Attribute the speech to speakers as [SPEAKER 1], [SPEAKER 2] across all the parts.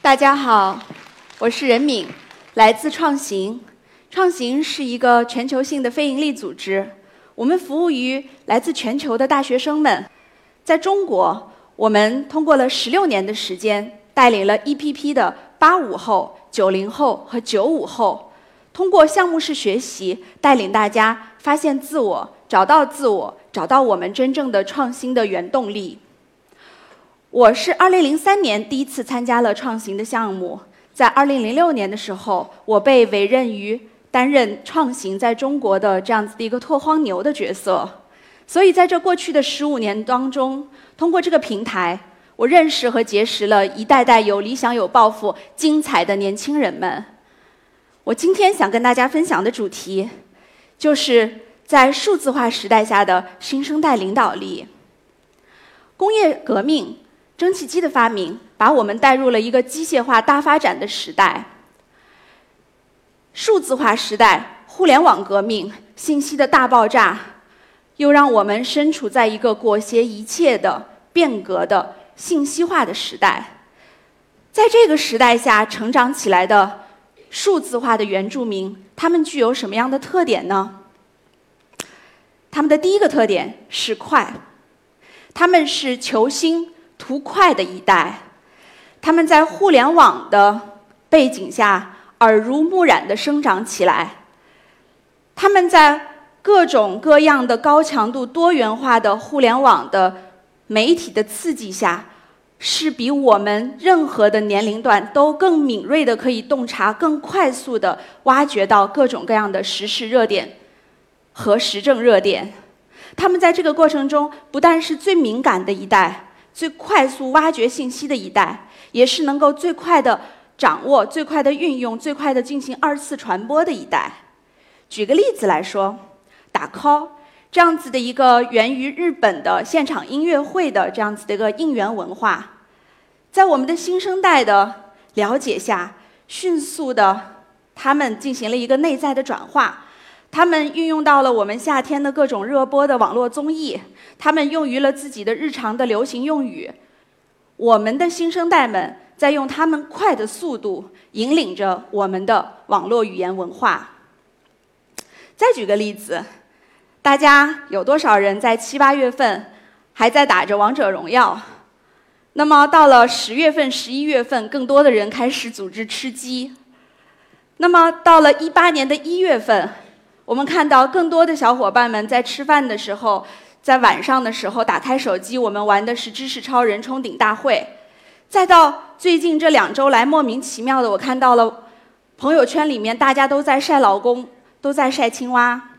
[SPEAKER 1] 大家好，我是任敏，来自创行。创行是一个全球性的非营利组织，我们服务于来自全球的大学生们。在中国，我们通过了16年的时间，带领了一批批的85后、90后和95后，通过项目式学习，带领大家发现自我，找到自我，找到我们真正的创新的原动力。我是2003年第一次参加了创行的项目，在2006年的时候，我被委任于担任创行在中国的这样子的一个拓荒牛的角色。所以在这过去的15年当中，通过这个平台，我认识和结识了一代代有理想、有抱负、精彩的年轻人们。我今天想跟大家分享的主题，就是在数字化时代下的新生代领导力。工业革命、蒸汽机的发明，把我们带入了一个机械化大发展的时代。数字化时代、互联网革命、信息的大爆炸，又让我们身处在一个裹挟一切的变革的信息化的时代。在这个时代下成长起来的数字化的原住民，他们具有什么样的特点呢？他们的第一个特点是快，他们是求新图快的一代，他们在互联网的背景下耳濡目染地生长起来，他们在各种各样的高强度多元化的互联网的媒体的刺激下，是比我们任何的年龄段都更敏锐的可以洞察，更快速的挖掘到各种各样的时事热点和时政热点。他们在这个过程中不但是最敏感的一代，最快速挖掘信息的一代，也是能够最快的掌握、最快的运用、最快的进行2次传播的一代。举个例子来说，打 call 这样子的一个源于日本的现场音乐会的这样子的一个应援文化，在我们的新生代的了解下，迅速的他们进行了一个内在的转化。他们运用到了我们夏天的各种热播的网络综艺，他们用于了自己的日常的流行用语。我们的新生代们在用他们快的速度引领着我们的网络语言文化。再举个例子，大家有多少人在7、8月份还在打着王者荣耀？那么到了10月份、11月份，更多的人开始组织吃鸡。那么到了18年的1月份，我们看到更多的小伙伴们在吃饭的时候，在晚上的时候打开手机，我们玩的是知识超人冲顶大会。再到最近这2周来，莫名其妙的我看到了朋友圈里面大家都在晒老公，都在晒青蛙。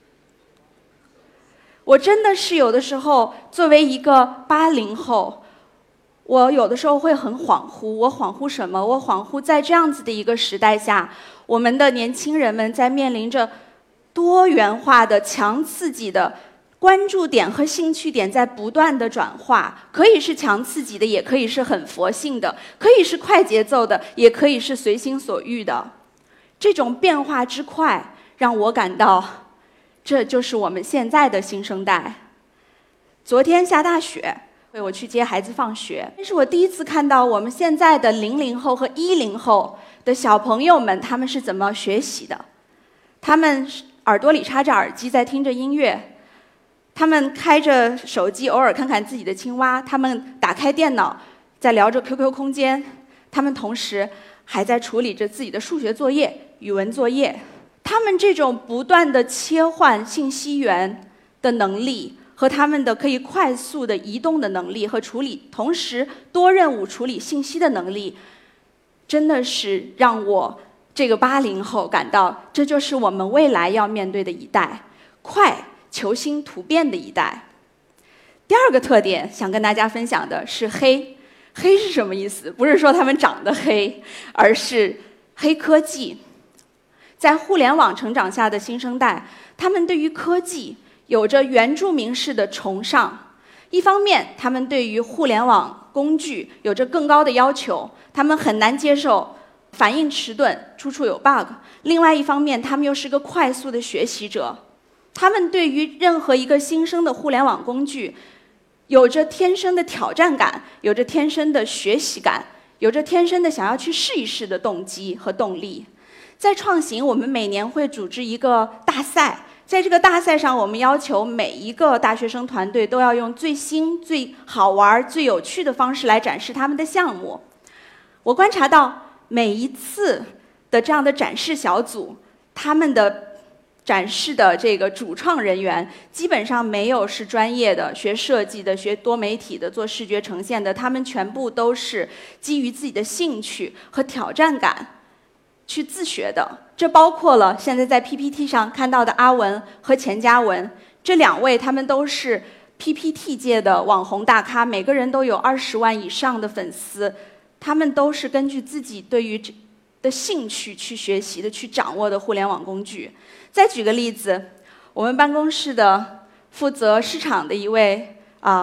[SPEAKER 1] 我真的是有的时候作为一个80后，我有的时候会很恍惚。我恍惚什么？我恍惚在这样子的一个时代下，我们的年轻人们在面临着多元化的强刺激的关注点和兴趣点在不断的转化，可以是强刺激的，也可以是很佛性的，可以是快节奏的，也可以是随心所欲的。这种变化之快让我感到，这就是我们现在的新生代。昨天下大雪，我去接孩子放学，这是我第一次看到我们现在的00后和10后的小朋友们，他们是怎么学习的。他们耳朵里插着耳机在听着音乐，他们开着手机偶尔看看自己的青蛙，他们打开电脑在聊着 QQ 空间，他们同时还在处理着自己的数学作业、语文作业。他们这种不断的切换信息源的能力和他们的可以快速的移动的能力和处理同时多任务处理信息的能力，真的是让我这个80后感到，这就是我们未来要面对的一代，快、求新、突变的一代。第2个特点想跟大家分享的是黑。黑是什么意思？不是说他们长得黑，而是黑科技。在互联网成长下的新生代，他们对于科技有着原住民式的崇尚。一方面，他们对于互联网工具有着更高的要求，他们很难接受反应迟钝、处处有 bug。另外一方面，他们又是个快速的学习者，他们对于任何一个新生的互联网工具有着天生的挑战感，有着天生的学习感， 有着天生的想要去试一试的动机和动力。在创行，我们每年会组织一个大赛，在这个大赛上，我们要求每一个大学生团队都要用最新、最好玩、最有趣的方式来展示他们的项目。我观察到，每一次的这样的展示小组，他们的展示的这个主创人员基本上没有是专业的、学设计的、学多媒体的、做视觉呈现的，他们全部都是基于自己的兴趣和挑战感去自学的。这包括了现在在 PPT 上看到的阿文和钱嘉文，这2位他们都是 PPT 界的网红大咖，每个人都有20万以上的粉丝，他们都是根据自己对于的兴趣去学习的、去掌握的互联网工具。再举个例子，我们办公室的负责市场的一位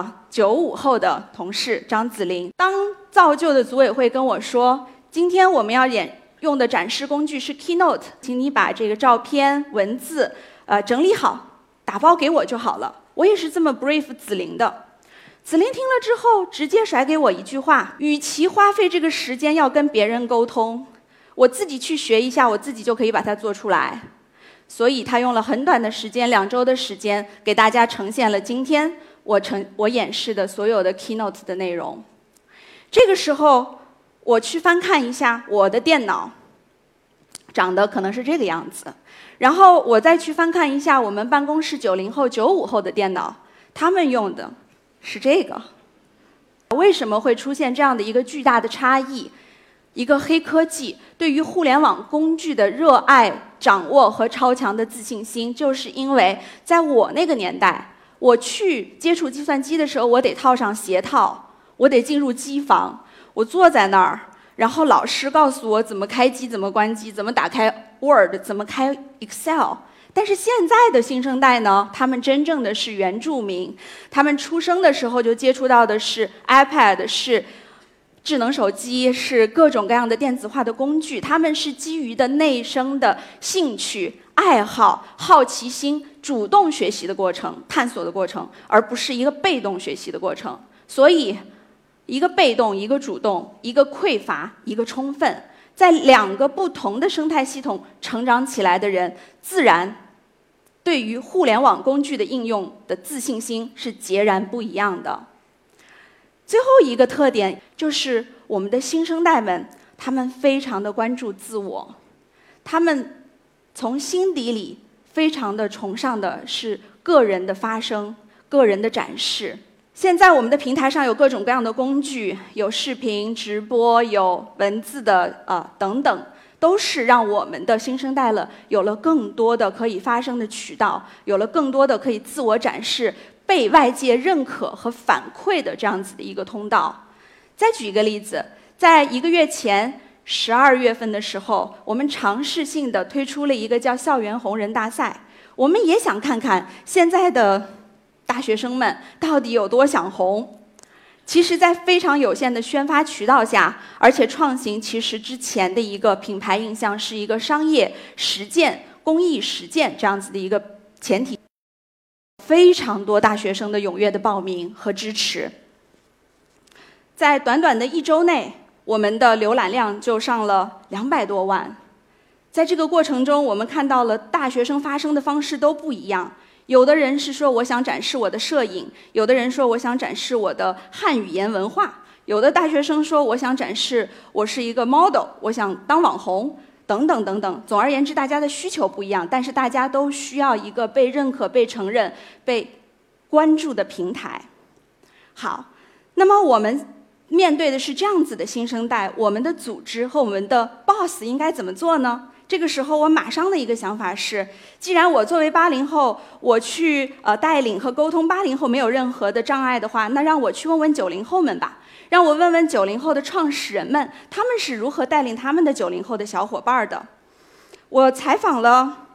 [SPEAKER 1] 95后的同事张子林，当造就的组委会跟我说，今天我们要用的展示工具是 Keynote， 请你把这个照片、文字整理好，打包给我就好了。我也是这么 brief 子林的。子林听了之后，直接甩给我一句话：与其花费这个时间要跟别人沟通，我自己去学一下，我自己就可以把它做出来。所以他用了很短的时间，2周的时间，给大家呈现了今天我演示的所有的 Keynote 的内容。这个时候，我去翻看一下我的电脑，长得可能是这个样子。然后我再去翻看一下我们办公室90后、95后的电脑，他们用的是这个。为什么会出现这样的一个巨大的差异？一个黑科技对于互联网工具的热爱、掌握和超强的自信心，就是因为在我那个年代，我去接触计算机的时候，我得套上鞋套，我得进入机房，我坐在那儿，然后老师告诉我怎么开机、怎么关机、怎么打开 Word、怎么开 Excel。但是现在的新生代呢，他们真正的是原住民，他们出生的时候就接触到的是 iPad， 是智能手机，是各种各样的电子化的工具，他们是基于的内生的兴趣、爱好、好奇心，主动学习的过程、探索的过程，而不是一个被动学习的过程。所以，一个被动，一个主动，一个匮乏，一个充分，在2个不同的生态系统成长起来的人，自然对于互联网工具的应用的自信心是截然不一样的。最后一个特点就是我们的新生代们，他们非常的关注自我，他们从心底里非常的崇尚的是个人的发声、个人的展示。现在我们的平台上有各种各样的工具，有视频直播，有文字的等等，都是让我们的新生代有了更多的可以发声的渠道，有了更多的可以自我展示、被外界认可和反馈的这样子的一个通道。再举一个例子，在1个月前12月份的时候，我们尝试性的推出了一个叫校园红人大赛，我们也想看看现在的大学生们到底有多想红。其实在非常有限的宣发渠道下，而且创行其实之前的一个品牌印象是一个商业实践、公益实践这样子的一个前提，非常多大学生的踊跃的报名和支持。在短短的1周内，我们的浏览量就上了200多万。在这个过程中，我们看到了大学生发声的方式都不一样。有的人是说我想展示我的摄影，有的人说我想展示我的汉语言文化，有的大学生说我想展示我是一个 model， 我想当网红，等等等等。总而言之，大家的需求不一样，但是大家都需要一个被认可、被承认、被关注的平台。好，那么我们面对的是这样子的新生代，我们的组织和我们的 boss 应该怎么做呢？这个时候我马上的一个想法是，既然我作为80后，我去带领和沟通80后没有任何的障碍的话，那让我去问问90后们吧，让我问问90后的创始人们，他们是如何带领他们的90后的小伙伴的。我采访了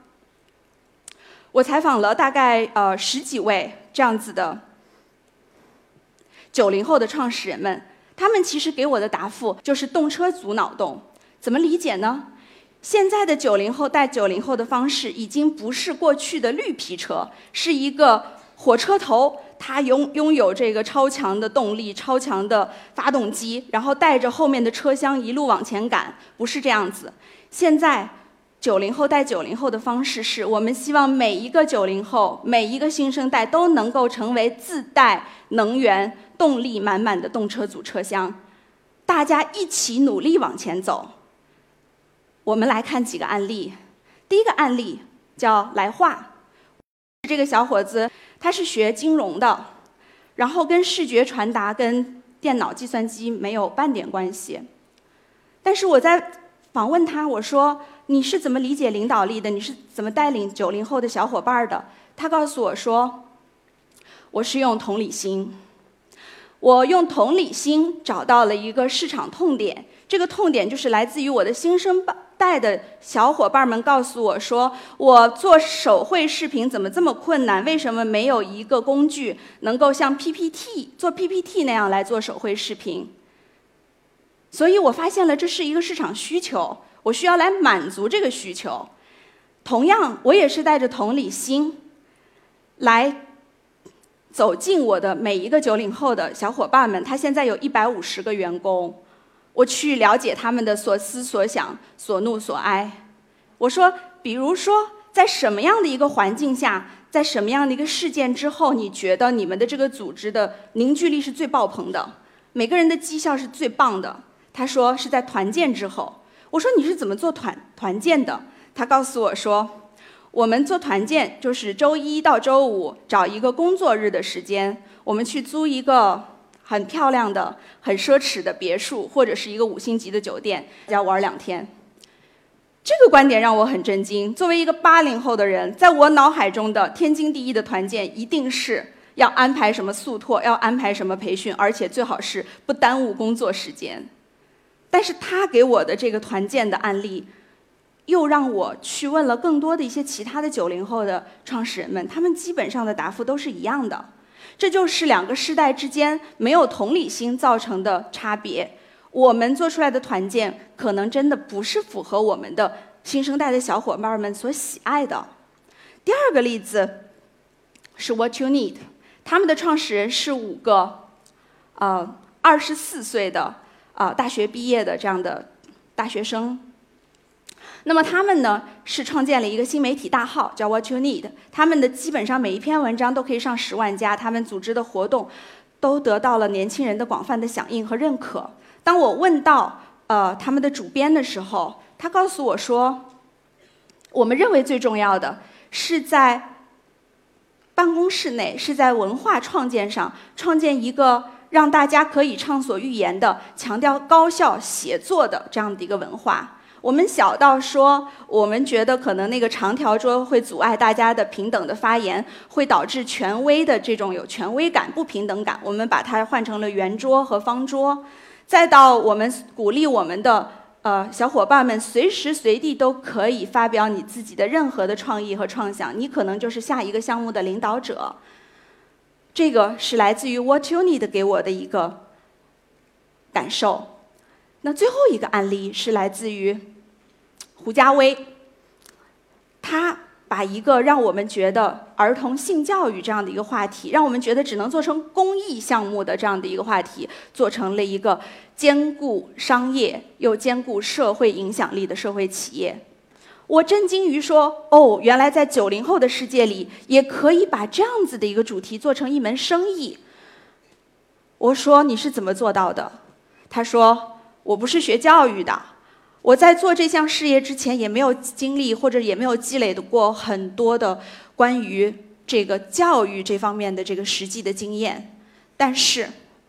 [SPEAKER 1] 大概10几位这样子的90后的创始人们，他们其实给我的答复就是动车组脑洞。怎么理解呢？现在的90后带90后的方式已经不是过去的绿皮车，是一个火车头他拥有这个超强的动力、超强的发动机，然后带着后面的车厢一路往前赶，不是这样子。现在90后带90后的方式是，我们希望每一个90后、每一个新生代都能够成为自带能源、动力满满的动车组车厢，大家一起努力往前走。我们来看几个案例。第一个案例叫来化，这个小伙子他是学金融的，然后跟视觉传达、跟电脑、计算机没有半点关系。但是我在访问他，我说你是怎么理解领导力的？你是怎么带领90后的小伙伴的？他告诉我说，我是用同理心。我用同理心找到了一个市场痛点，这个痛点就是来自于我的新生代的小伙伴们告诉我说，我做手绘视频怎么这么困难？为什么没有一个工具能够像做 PPT 那样来做手绘视频？所以我发现了这是一个市场需求，我需要来满足这个需求。同样，我也是带着同理心来走进我的每一个90后的小伙伴们，他现在有150个员工，我去了解他们的所思所想、所怒所哀。我说，比如说，在什么样的一个环境下，在什么样的一个事件之后，你觉得你们的这个组织的凝聚力是最爆棚的，每个人的绩效是最棒的？他说是在团建之后。我说你是怎么做团建的？他告诉我说，我们做团建就是周一到周五找一个工作日的时间，我们去租一个很漂亮的、很奢侈的别墅，或者是一个5星级的酒店，要玩2天。这个观点让我很震惊。作为一个80后的人，在我脑海中的天经地义的团建，一定是要安排什么宿托，要安排什么培训，而且最好是不耽误工作时间。但是他给我的这个团建的案例，又让我去问了更多的一些其他的90后的创始人们，他们基本上的答复都是一样的。这就是2个世代之间没有同理心造成的差别。我们做出来的团建，可能真的不是符合我们的新生代的小伙伴们所喜爱的。第2个例子是 What You Need， 他们的创始人是5个24岁的大学毕业的这样的大学生。那么他们呢是创建了一个新媒体大号叫 What You Need， 他们的基本上每一篇文章都可以上10万加，他们组织的活动都得到了年轻人的广泛的响应和认可。当我问到他们的主编的时候，他告诉我说，我们认为最重要的是在办公室内，是在文化创建上创建一个让大家可以畅所欲言的、强调高效协作的这样的一个文化。我们小到说，我们觉得可能那个长条桌会阻碍大家的平等的发言，会导致权威的这种有权威感、不平等感，我们把它换成了圆桌和方桌。再到我们鼓励我们的小伙伴们随时随地都可以发表你自己的任何的创意和创想，你可能就是下一个项目的领导者。这个是来自于 What You Need 给我的一个感受。那最后一个案例是来自于胡家威，他把一个让我们觉得儿童性教育这样的一个话题，让我们觉得只能做成公益项目的这样的一个话题，做成了一个兼顾商业又兼顾社会影响力的社会企业。我震惊于说，哦，原来在90后的世界里，也可以把这样子的一个主题做成一门生意。我说你是怎么做到的？他说我不是学教育的，我在做这项事业之前也没有经历或者也没有积累过很多的关于这个教育这方面的这个实际的经验，但是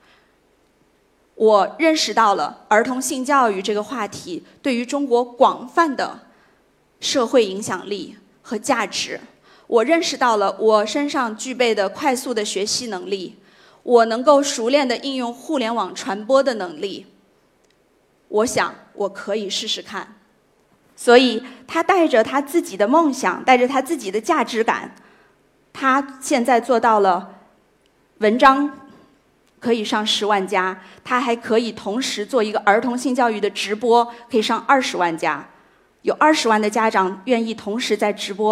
[SPEAKER 1] 我认识到了儿童性教育这个话题对于中国广泛的社会影响力和价值。我认识到了我身上具备的快速的学习能力，我能够熟练的应用互联网传播的能力。我想我可以试试看。所以他带着他自己的梦想，带着他自己的价值感，他现在做到了文章可以上10万加，他还可以同时做一个儿童性教育的直播，可以上20万加。有20万的家长愿意同时在直播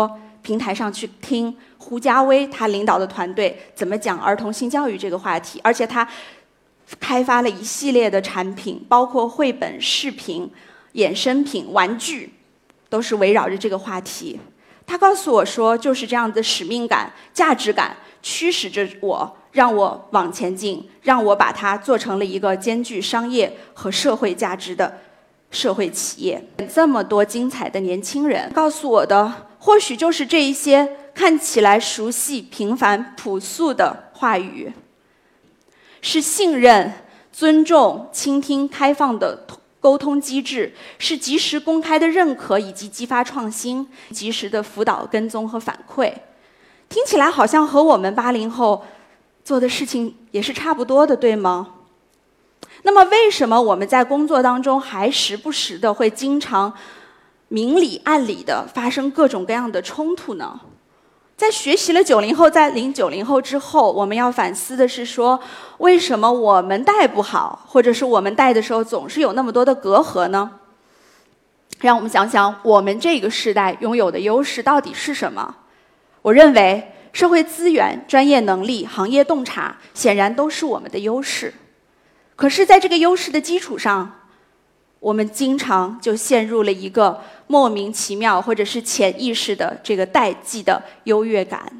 [SPEAKER 1] 平台上去听胡家威他领导的团队怎么讲儿童性教育这个话题，而且他开发了一系列的产品，包括绘本、视频、衍生品、玩具，都是围绕着这个话题。他告诉我说，就是这样的使命感、价值感驱使着我，让我往前进，让我把它做成了一个兼具商业和社会价值的社会企业。这么多精彩的年轻人告诉我的，或许就是这一些看起来熟悉、平凡、朴素的话语，是信任、尊重、倾听、开放的沟通机制，是及时公开的认可以及激发创新，及时的辅导、跟踪和反馈。听起来好像和我们80后做的事情也是差不多的，对吗？那么为什么我们在工作当中还时不时的会经常明里暗里的发生各种各样的冲突呢？在学习了90后，在领90后之后，我们要反思的是说，为什么我们带不好，或者是我们带的时候总是有那么多的隔阂呢？让我们想想，我们这个时代拥有的优势到底是什么？我认为，社会资源、专业能力、行业洞察，显然都是我们的优势。可是，在这个优势的基础上，我们经常就陷入了一个莫名其妙或者是潜意识的这个代际的优越感，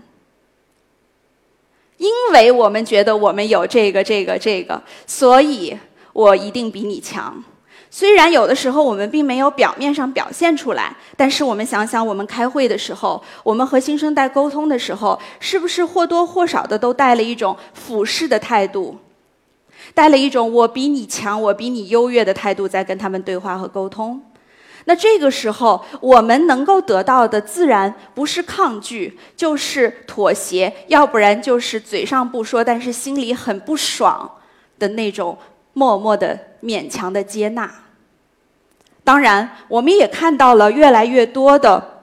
[SPEAKER 1] 因为我们觉得我们有这个，所以我一定比你强。虽然有的时候我们并没有表面上表现出来，但是我们想想，我们开会的时候，我们和新生代沟通的时候，是不是或多或少的都带了一种俯视的态度，带了一种我比你强，我比你优越的态度在跟他们对话和沟通。那这个时候我们能够得到的自然不是抗拒，就是妥协，要不然就是嘴上不说但是心里很不爽的那种默默的勉强的接纳。当然我们也看到了越来越多的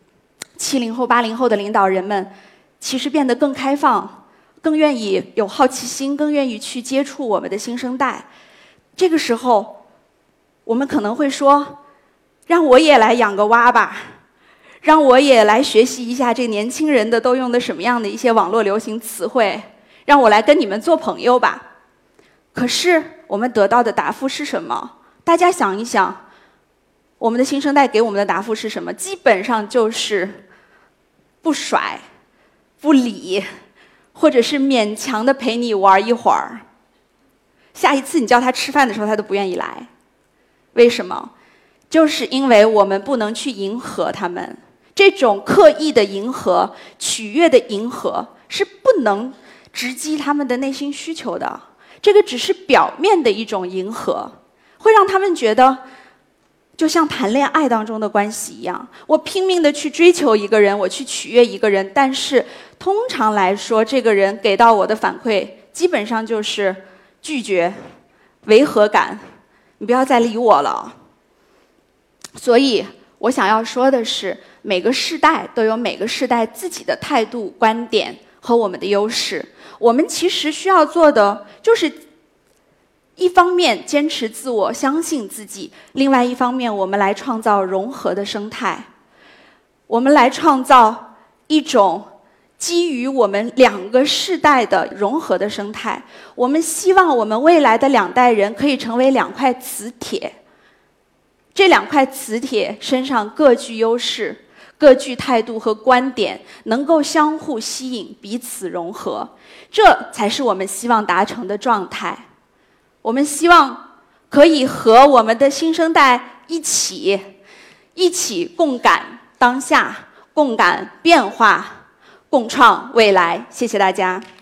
[SPEAKER 1] 70后80后的领导人们其实变得更开放，更愿意有好奇心，更愿意去接触我们的新生代。这个时候我们可能会说，让我也来养个蛙吧，让我也来学习一下这年轻人的都用的什么样的一些网络流行词汇，让我来跟你们做朋友吧。可是我们得到的答复是什么？大家想一想，我们的新生代给我们的答复是什么？基本上就是不甩、不理，或者是勉强的陪你玩一会儿。下一次你叫他吃饭的时候，他都不愿意来。为什么？就是因为我们不能去迎合他们，这种刻意的迎合、取悦的迎合是不能直击他们的内心需求的。这个只是表面的一种迎合，会让他们觉得就像谈恋爱当中的关系一样，我拼命的去追求一个人，我去取悦一个人，但是通常来说，这个人给到我的反馈基本上就是拒绝、违和感，你不要再理我了。所以我想要说的是，每个世代都有每个世代自己的态度、观点和我们的优势。我们其实需要做的就是一方面坚持自我，相信自己，另外一方面我们来创造融合的生态，我们来创造一种基于我们2个世代的融合的生态。我们希望我们未来的2代人可以成为2块磁铁，这2块磁铁身上各具优势，各具态度和观点，能够相互吸引，彼此融合，这才是我们希望达成的状态。我们希望可以和我们的新生代一起共感当下，共感变化，共创未来。谢谢大家。